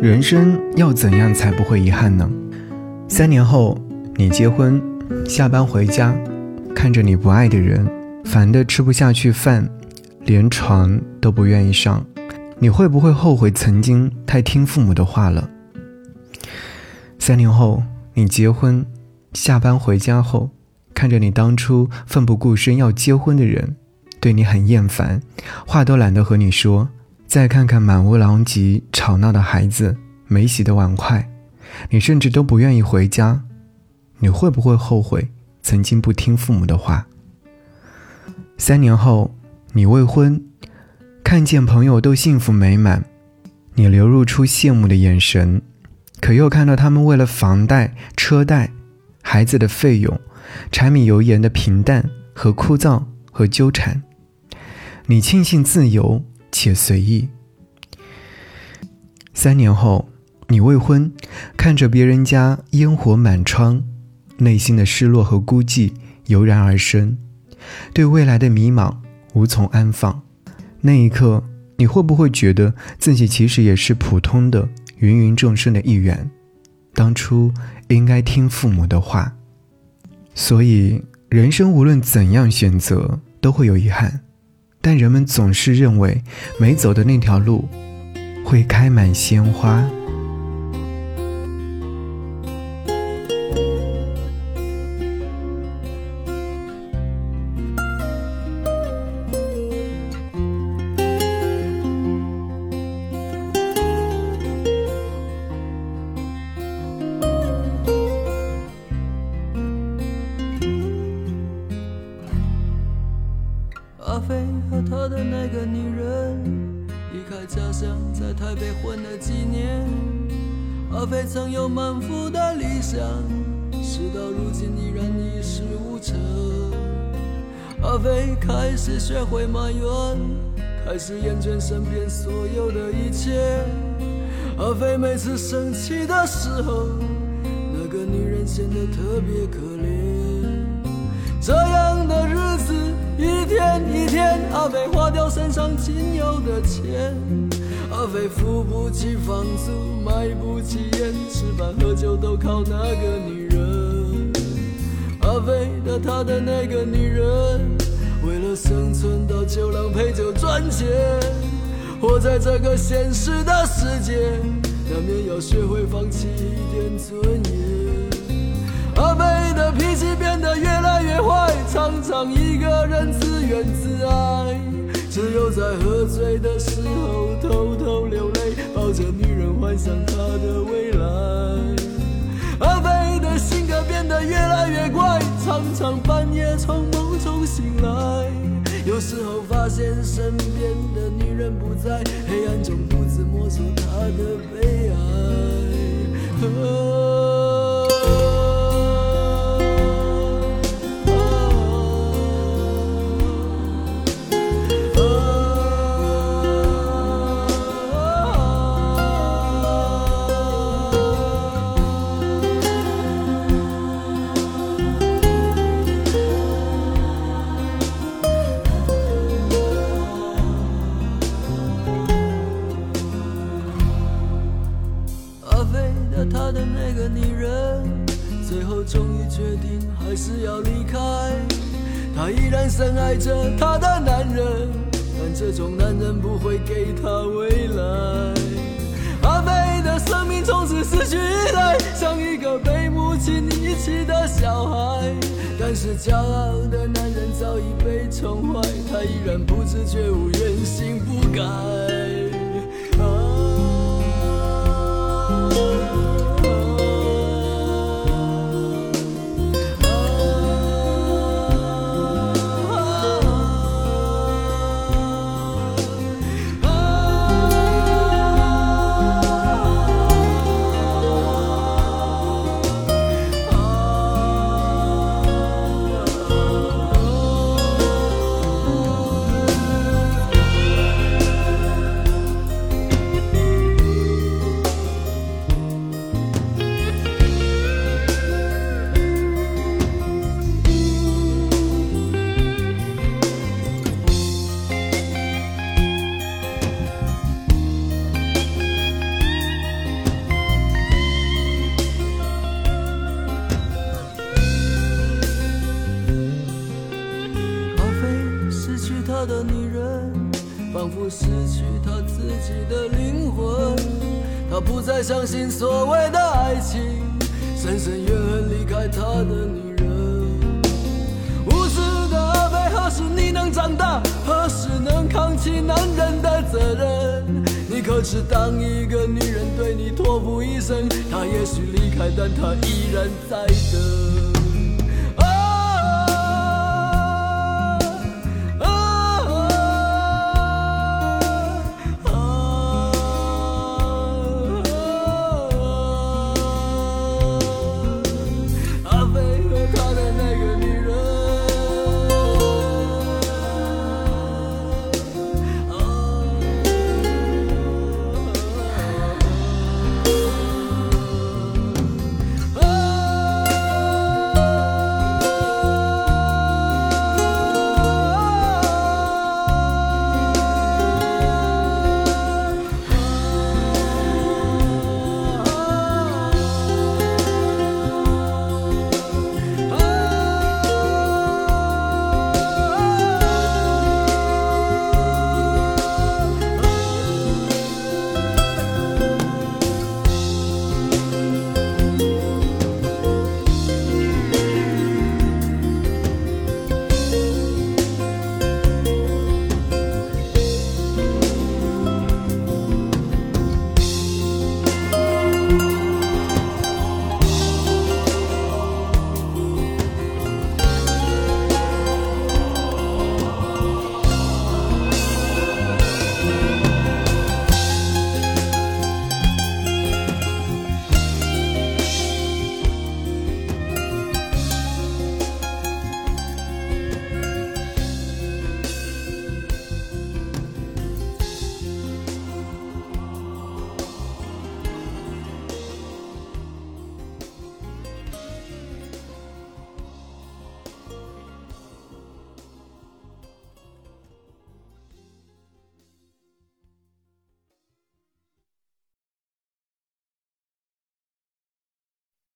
人生要怎样才不会遗憾呢？3年后你结婚，下班回家，看着你不爱的人烦得吃不下去饭，连床都不愿意上，你会不会后悔曾经太听父母的话了？3年后你结婚，下班回家后，看着你当初奋不顾身要结婚的人对你很厌烦，话都懒得和你说，再看看满屋狼藉吵闹的孩子，没洗的碗筷，你甚至都不愿意回家，你会不会后悔曾经不听父母的话？3年后你未婚，看见朋友都幸福美满，你流露出羡慕的眼神，可又看到他们为了房贷、车贷、孩子的费用，柴米油盐的平淡和枯燥和纠缠，你庆幸自由且随意。3年后你未婚，看着别人家烟火满窗，内心的失落和孤寂油然而生，对未来的迷茫无从安放。那一刻你会不会觉得自己其实也是普通的芸芸众生的一员，当初应该听父母的话？所以人生无论怎样选择都会有遗憾，但人们总是认为没走的那条路会开满鲜花。 阿飞和他的那个女人离开家乡，在台北混了几年。阿飞曾有满腹的理想，事到如今依然一事无成。阿飞开始学会埋怨，开始厌倦身边所有的一切。阿飞每次生气的时候，那个女人显得特别可怜。这样的日子一天一天，阿飞花掉身上仅有的钱，阿飞付不起房租，买不起烟，吃饭喝酒都靠那个女人。阿飞的他的那个女人，为了生存到酒廊陪酒赚钱，活在这个现实的世界，难免要学会放弃一点尊严。阿飞的脾气变得越来越坏，常常一个人自怨自艾，只有在喝醉的时候偷偷流泪，抱着女人幻想她的未来。阿飞的性格变得越来越怪，常常半夜从梦中醒来，有时候发现身边的女人不在，黑暗中独自摸索她的悲哀。他的那个女人最后终于决定还是要离开，她依然深爱着她的男人，但这种男人不会给她未来。阿飞的生命从此失去依赖，像一个被母亲遗弃的小孩，但是骄傲的男人早已被宠坏，他依然不知觉无原形不改。 步失去他自己的灵魂，他不再相信所谓的爱情，深深怨恨离开他的女人。无知的阿贝，何时你能长大？何时能扛起男人的责任？你可知当一个女人对你托付一生，她也许离开，但她依然在等。